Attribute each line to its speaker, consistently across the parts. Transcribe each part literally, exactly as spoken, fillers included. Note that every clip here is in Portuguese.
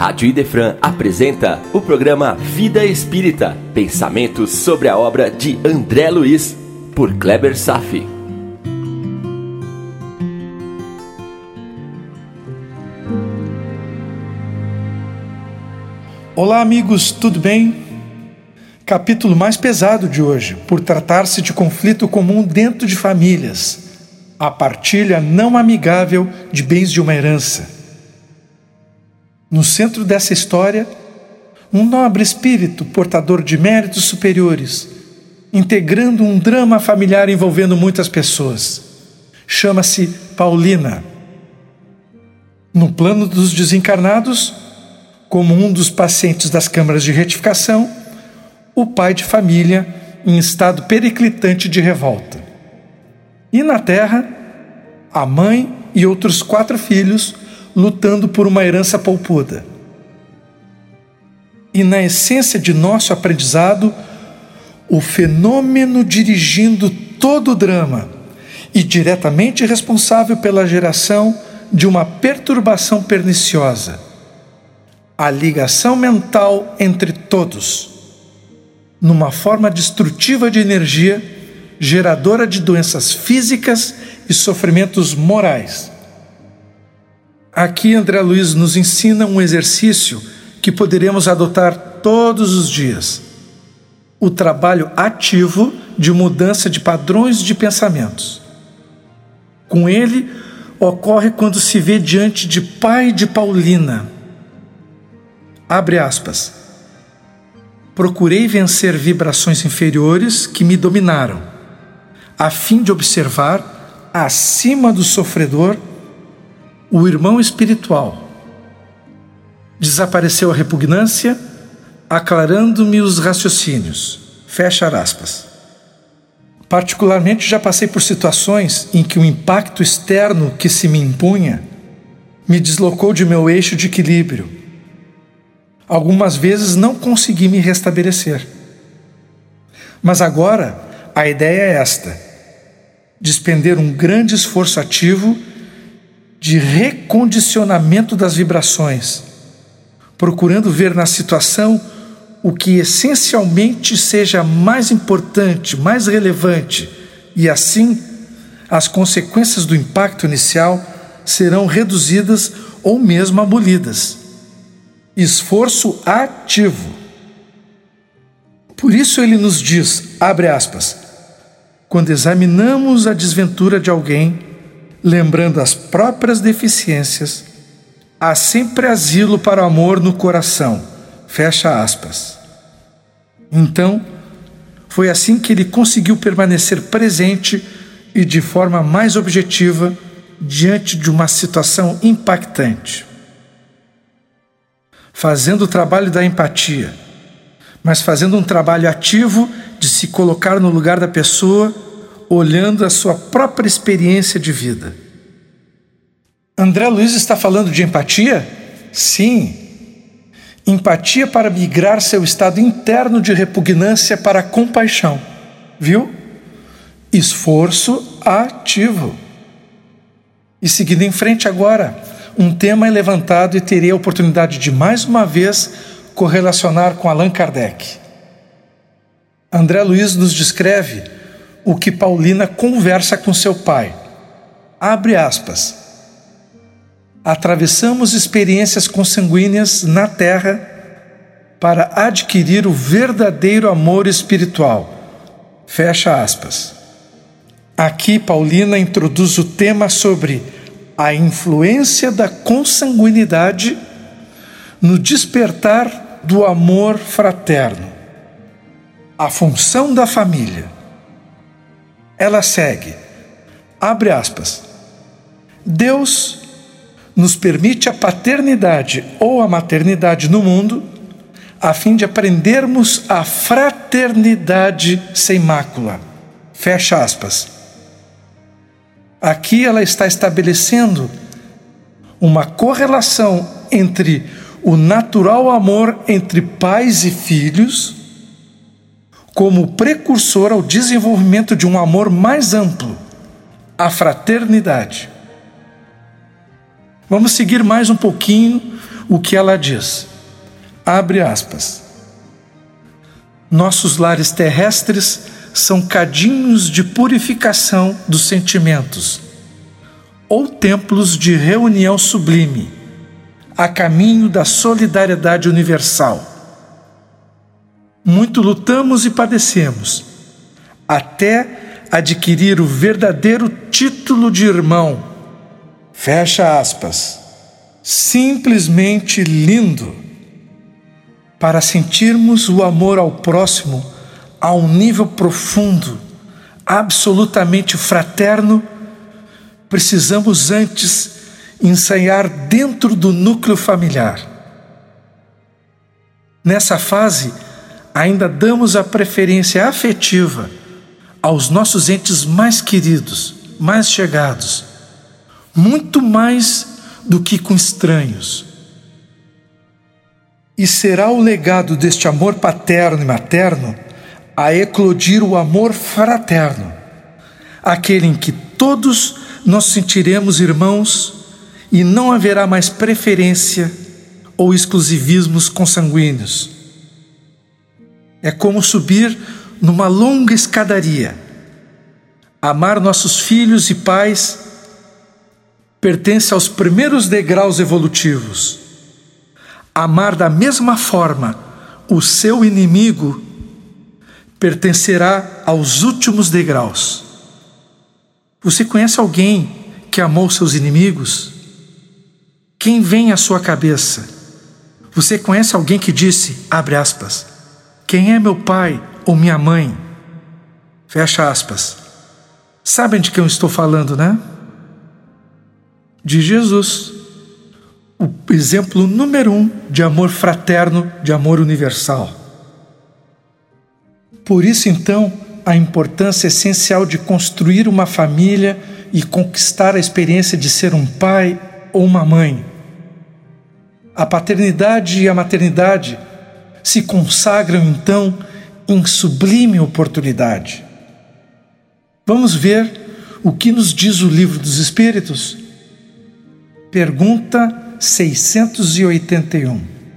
Speaker 1: Rádio Idefran apresenta o programa Vida Espírita, pensamentos sobre a obra de André Luiz, por Kleber Safi.
Speaker 2: Olá amigos, tudo bem? Capítulo mais pesado de hoje, por tratar-se de conflito comum dentro de famílias, a partilha não amigável de bens de uma herança. No centro dessa história, um nobre espírito portador de méritos superiores, integrando um drama familiar envolvendo muitas pessoas. Chama-se Paulina. No plano dos desencarnados, como um dos pacientes das câmaras de retificação, o pai de família em estado periclitante de revolta. E na terra, a mãe e outros quatro filhos lutando por uma herança poupuda. E na essência de nosso aprendizado, o fenômeno dirigindo todo o drama e diretamente responsável pela geração de uma perturbação perniciosa, a ligação mental entre todos, numa forma destrutiva de energia, geradora de doenças físicas e sofrimentos morais. Aqui André Luiz nos ensina um exercício que poderemos adotar todos os dias: o trabalho ativo de mudança de padrões de pensamentos. Com ele, ocorre quando se vê diante de pai de Paulina. Abre aspas. Procurei vencer vibrações inferiores que me dominaram, a fim de observar, acima do sofredor, o irmão espiritual. Desapareceu a repugnância, aclarando-me os raciocínios. Fecha aspas. Particularmente já passei por situações em que o impacto externo que se me impunha me deslocou de meu eixo de equilíbrio. Algumas vezes não consegui me restabelecer. Mas agora a ideia é esta: despender um grande esforço ativo de recondicionamento das vibrações, procurando ver na situação o que essencialmente seja mais importante, mais relevante, e assim as consequências do impacto inicial serão reduzidas ou mesmo abolidas. Esforço ativo. Por isso ele nos diz, abre aspas, quando examinamos a desventura de alguém, lembrando as próprias deficiências, há sempre asilo para o amor no coração. Fecha aspas. Então, foi assim que ele conseguiu permanecer presente e de forma mais objetiva diante de uma situação impactante. Fazendo o trabalho da empatia, mas fazendo um trabalho ativo de se colocar no lugar da pessoa, olhando a sua própria experiência de vida. André Luiz está falando de empatia? Sim. Empatia para migrar seu estado interno de repugnância para compaixão. Viu? Esforço ativo. E seguindo em frente agora, um tema é levantado e terei a oportunidade de mais uma vez correlacionar com Allan Kardec. André Luiz nos descreve o que Paulina conversa com seu pai. Abre aspas. Atravessamos experiências consanguíneas na Terra para adquirir o verdadeiro amor espiritual. Fecha aspas. Aqui Paulina introduz o tema sobre a influência da consanguinidade no despertar do amor fraterno, a função da família. Ela segue, abre aspas, Deus nos permite a paternidade ou a maternidade no mundo a fim de aprendermos a fraternidade sem mácula. Fecha aspas. Aqui ela está estabelecendo uma correlação entre o natural amor entre pais e filhos como precursor ao desenvolvimento de um amor mais amplo, a fraternidade. Vamos seguir mais um pouquinho o que ela diz. Abre aspas. Nossos lares terrestres são cadinhos de purificação dos sentimentos, ou templos de reunião sublime, a caminho da solidariedade universal. Muito lutamos e padecemos, até adquirir o verdadeiro título de irmão. Fecha aspas. Simplesmente lindo. Para sentirmos o amor ao próximo a um nível profundo, absolutamente fraterno, precisamos antes ensaiar dentro do núcleo familiar. Nessa fase, ainda damos a preferência afetiva aos nossos entes mais queridos, mais chegados, muito mais do que com estranhos. E será o legado deste amor paterno e materno a eclodir o amor fraterno, aquele em que todos nós sentiremos irmãos e não haverá mais preferência ou exclusivismos consanguíneos. É como subir numa longa escadaria. Amar nossos filhos e pais pertence aos primeiros degraus evolutivos. Amar da mesma forma o seu inimigo pertencerá aos últimos degraus. Você conhece alguém que amou seus inimigos? Quem vem à sua cabeça? Você conhece alguém que disse, abre aspas, quem é meu pai ou minha mãe? Fecha aspas. Sabem de quem eu estou falando, né? De Jesus, o exemplo número um de amor fraterno, de amor universal. Por isso, então, a importância essencial de construir uma família e conquistar a experiência de ser um pai ou uma mãe. A paternidade e a maternidade se consagram, então, em sublime oportunidade. Vamos ver o que nos diz o Livro dos Espíritos? Pergunta seiscentos e oitenta e um.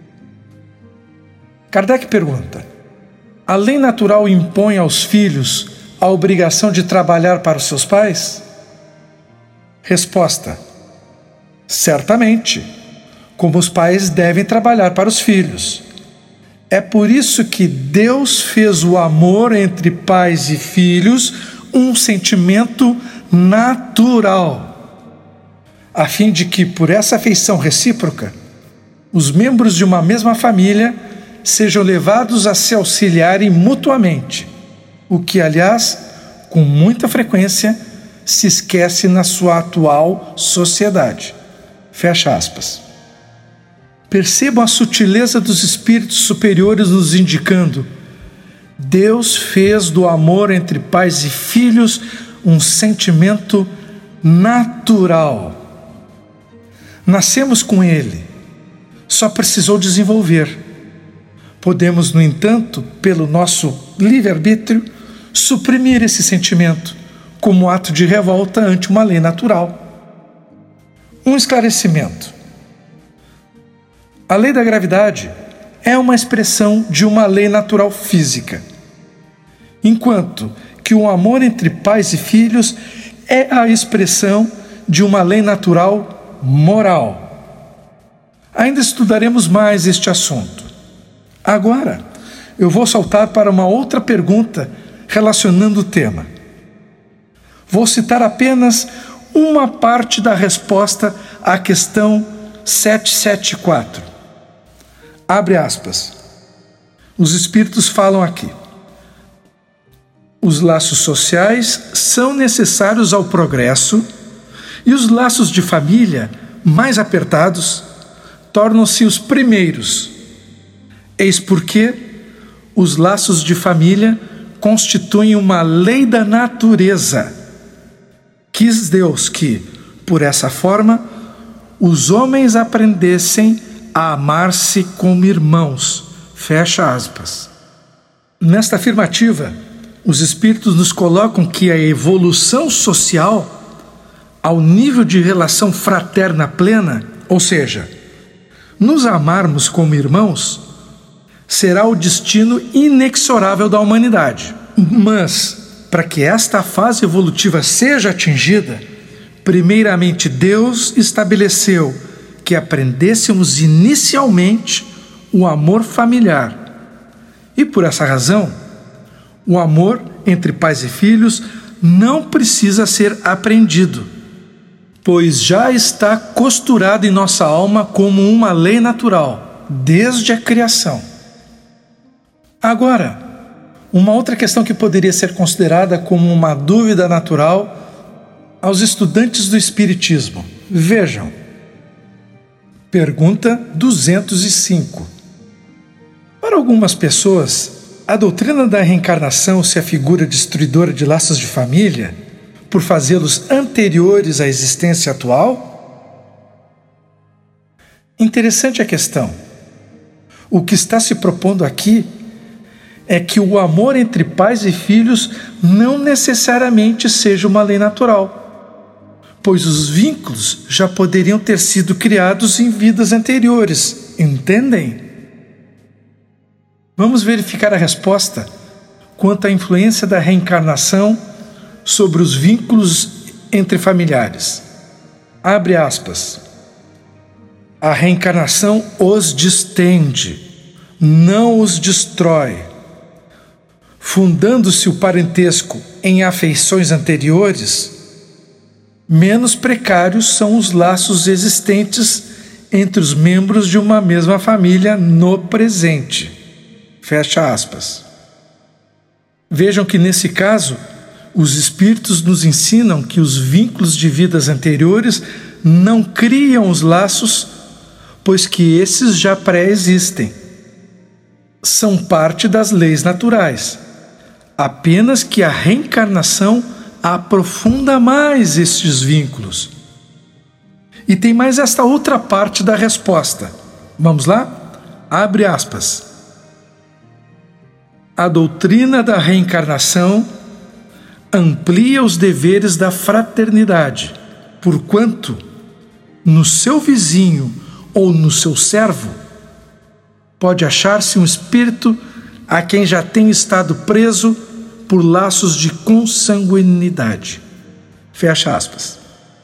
Speaker 2: Kardec pergunta: a lei natural impõe aos filhos a obrigação de trabalhar para os seus pais? Resposta: certamente, como os pais devem trabalhar para os filhos. É por isso que Deus fez o amor entre pais e filhos um sentimento natural, a fim de que, por essa afeição recíproca, os membros de uma mesma família sejam levados a se auxiliarem mutuamente, o que, aliás, com muita frequência, se esquece na sua atual sociedade. Fecha aspas. Percebam a sutileza dos espíritos superiores nos indicando: Deus fez do amor entre pais e filhos um sentimento natural. Nascemos com ele, só precisou desenvolver. Podemos, no entanto, pelo nosso livre-arbítrio, suprimir esse sentimento como ato de revolta ante uma lei natural. Um esclarecimento. A lei da gravidade é uma expressão de uma lei natural física, enquanto que o amor entre pais e filhos é a expressão de uma lei natural moral. Ainda estudaremos mais este assunto. Agora, eu vou saltar para uma outra pergunta relacionando o tema. Vou citar apenas uma parte da resposta à questão setecentos e setenta e quatro. Abre aspas. Os espíritos falam aqui: os laços sociais são necessários ao progresso e os laços de família, mais apertados, tornam-se os primeiros. Eis porque os laços de família constituem uma lei da natureza. Quis Deus que, por essa forma, os homens aprendessem a amar-se como irmãos. Fecha aspas. Nesta afirmativa, os espíritos nos colocam que a evolução social ao nível de relação fraterna plena, ou seja, nos amarmos como irmãos, será o destino inexorável da humanidade. Mas, para que esta fase evolutiva seja atingida, primeiramente Deus estabeleceu que aprendêssemos inicialmente o amor familiar. E por essa razão, o amor entre pais e filhos não precisa ser aprendido, pois já está costurado em nossa alma como uma lei natural, desde a criação. Agora, uma outra questão que poderia ser considerada como uma dúvida natural aos estudantes do Espiritismo. Vejam, pergunta duzentos e cinco. Para algumas pessoas, a doutrina da reencarnação se afigura destruidora de laços de família por fazê-los anteriores à existência atual? Interessante a questão. O que está se propondo aqui é que o amor entre pais e filhos não necessariamente seja uma lei natural, pois os vínculos já poderiam ter sido criados em vidas anteriores, entendem? Vamos verificar a resposta quanto à influência da reencarnação sobre os vínculos entre familiares. Abre aspas. A reencarnação os distende, não os destrói. Fundando-se o parentesco em afeições anteriores, menos precários são os laços existentes entre os membros de uma mesma família no presente. Fecha aspas. Vejam que nesse caso, os espíritos nos ensinam que os vínculos de vidas anteriores não criam os laços, pois que esses já pré-existem. São parte das leis naturais, apenas que a reencarnação aprofunda mais estes vínculos. E tem mais esta outra parte da resposta. Vamos lá? Abre aspas. A doutrina da reencarnação amplia os deveres da fraternidade, porquanto, no seu vizinho ou no seu servo, pode achar-se um espírito a quem já tem estado preso por laços de consanguinidade. Fecha aspas.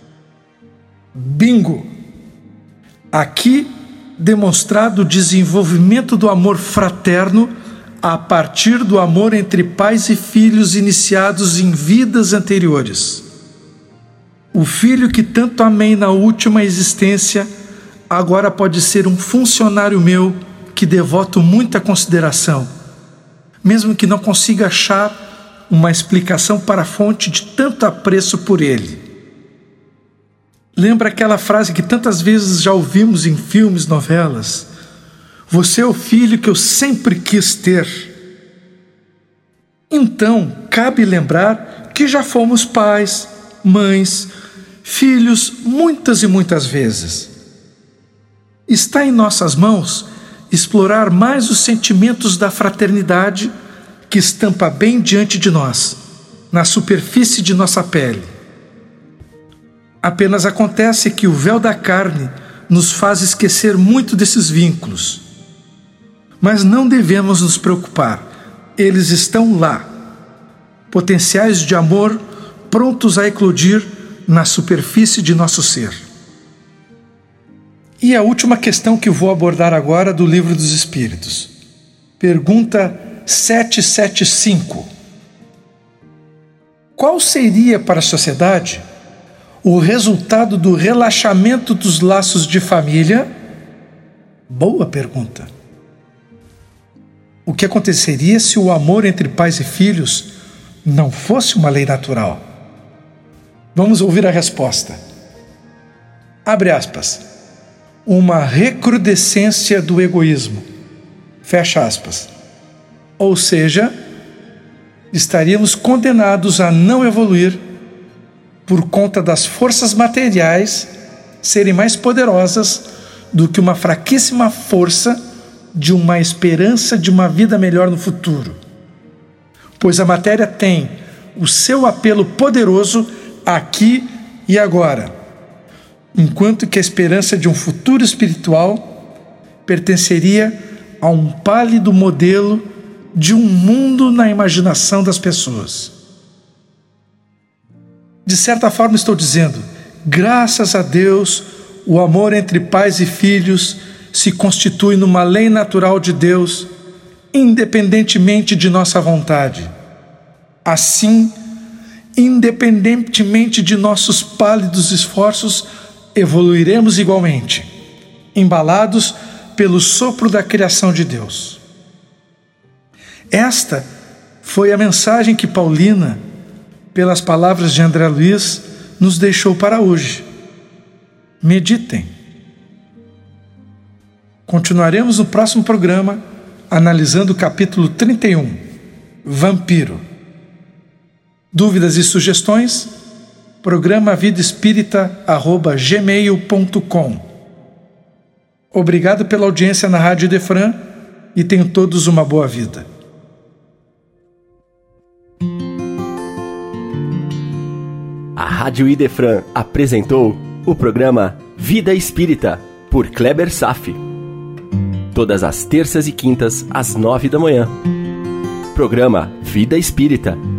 Speaker 2: Bingo! Aqui demonstrado o desenvolvimento do amor fraterno a partir do amor entre pais e filhos iniciados em vidas anteriores. O filho que tanto amei na última existência agora pode ser um funcionário meu que devoto muita consideração, mesmo que não consiga achar uma explicação para a fonte de tanto apreço por ele. Lembra aquela frase que tantas vezes já ouvimos em filmes, novelas? Você é o filho que eu sempre quis ter. Então, cabe lembrar que já fomos pais, mães, filhos muitas e muitas vezes. Está em nossas mãos explorar mais os sentimentos da fraternidade que estampa bem diante de nós, na superfície de nossa pele. Apenas acontece que o véu da carne nos faz esquecer muito desses vínculos. Mas não devemos nos preocupar, eles estão lá, potenciais de amor prontos a eclodir na superfície de nosso ser. E a última questão que vou abordar agora do Livro dos Espíritos. Pergunta setecentos e setenta e cinco. Qual seria para a sociedade o resultado do relaxamento dos laços de família? Boa pergunta. O que aconteceria se o amor entre pais e filhos não fosse uma lei natural? Vamos ouvir a resposta. Abre aspas. Uma recrudescência do egoísmo. Fecha aspas. Ou seja, estaríamos condenados a não evoluir por conta das forças materiais serem mais poderosas do que uma fraquíssima força de uma esperança de uma vida melhor no futuro. Pois a matéria tem o seu apelo poderoso aqui e agora, enquanto que a esperança de um futuro espiritual pertenceria a um pálido modelo de um mundo na imaginação das pessoas. De certa forma estou dizendo, graças a Deus, o amor entre pais e filhos se constitui numa lei natural de Deus, independentemente de nossa vontade. Assim, independentemente de nossos pálidos esforços, evoluiremos igualmente, embalados pelo sopro da criação de Deus. Esta foi a mensagem que Paulina, pelas palavras de André Luiz, nos deixou para hoje. Meditem. Continuaremos no próximo programa, analisando o capítulo trinta e um, Vampiro. Dúvidas e sugestões? Programa vida espírita arroba gmail ponto com. Obrigado pela audiência na Rádio Idefran e tenham todos uma boa vida.
Speaker 1: A Rádio Idefran apresentou o programa Vida Espírita, por Kleber Safi. Todas as terças e quintas, às nove da manhã. Programa Vida Espírita.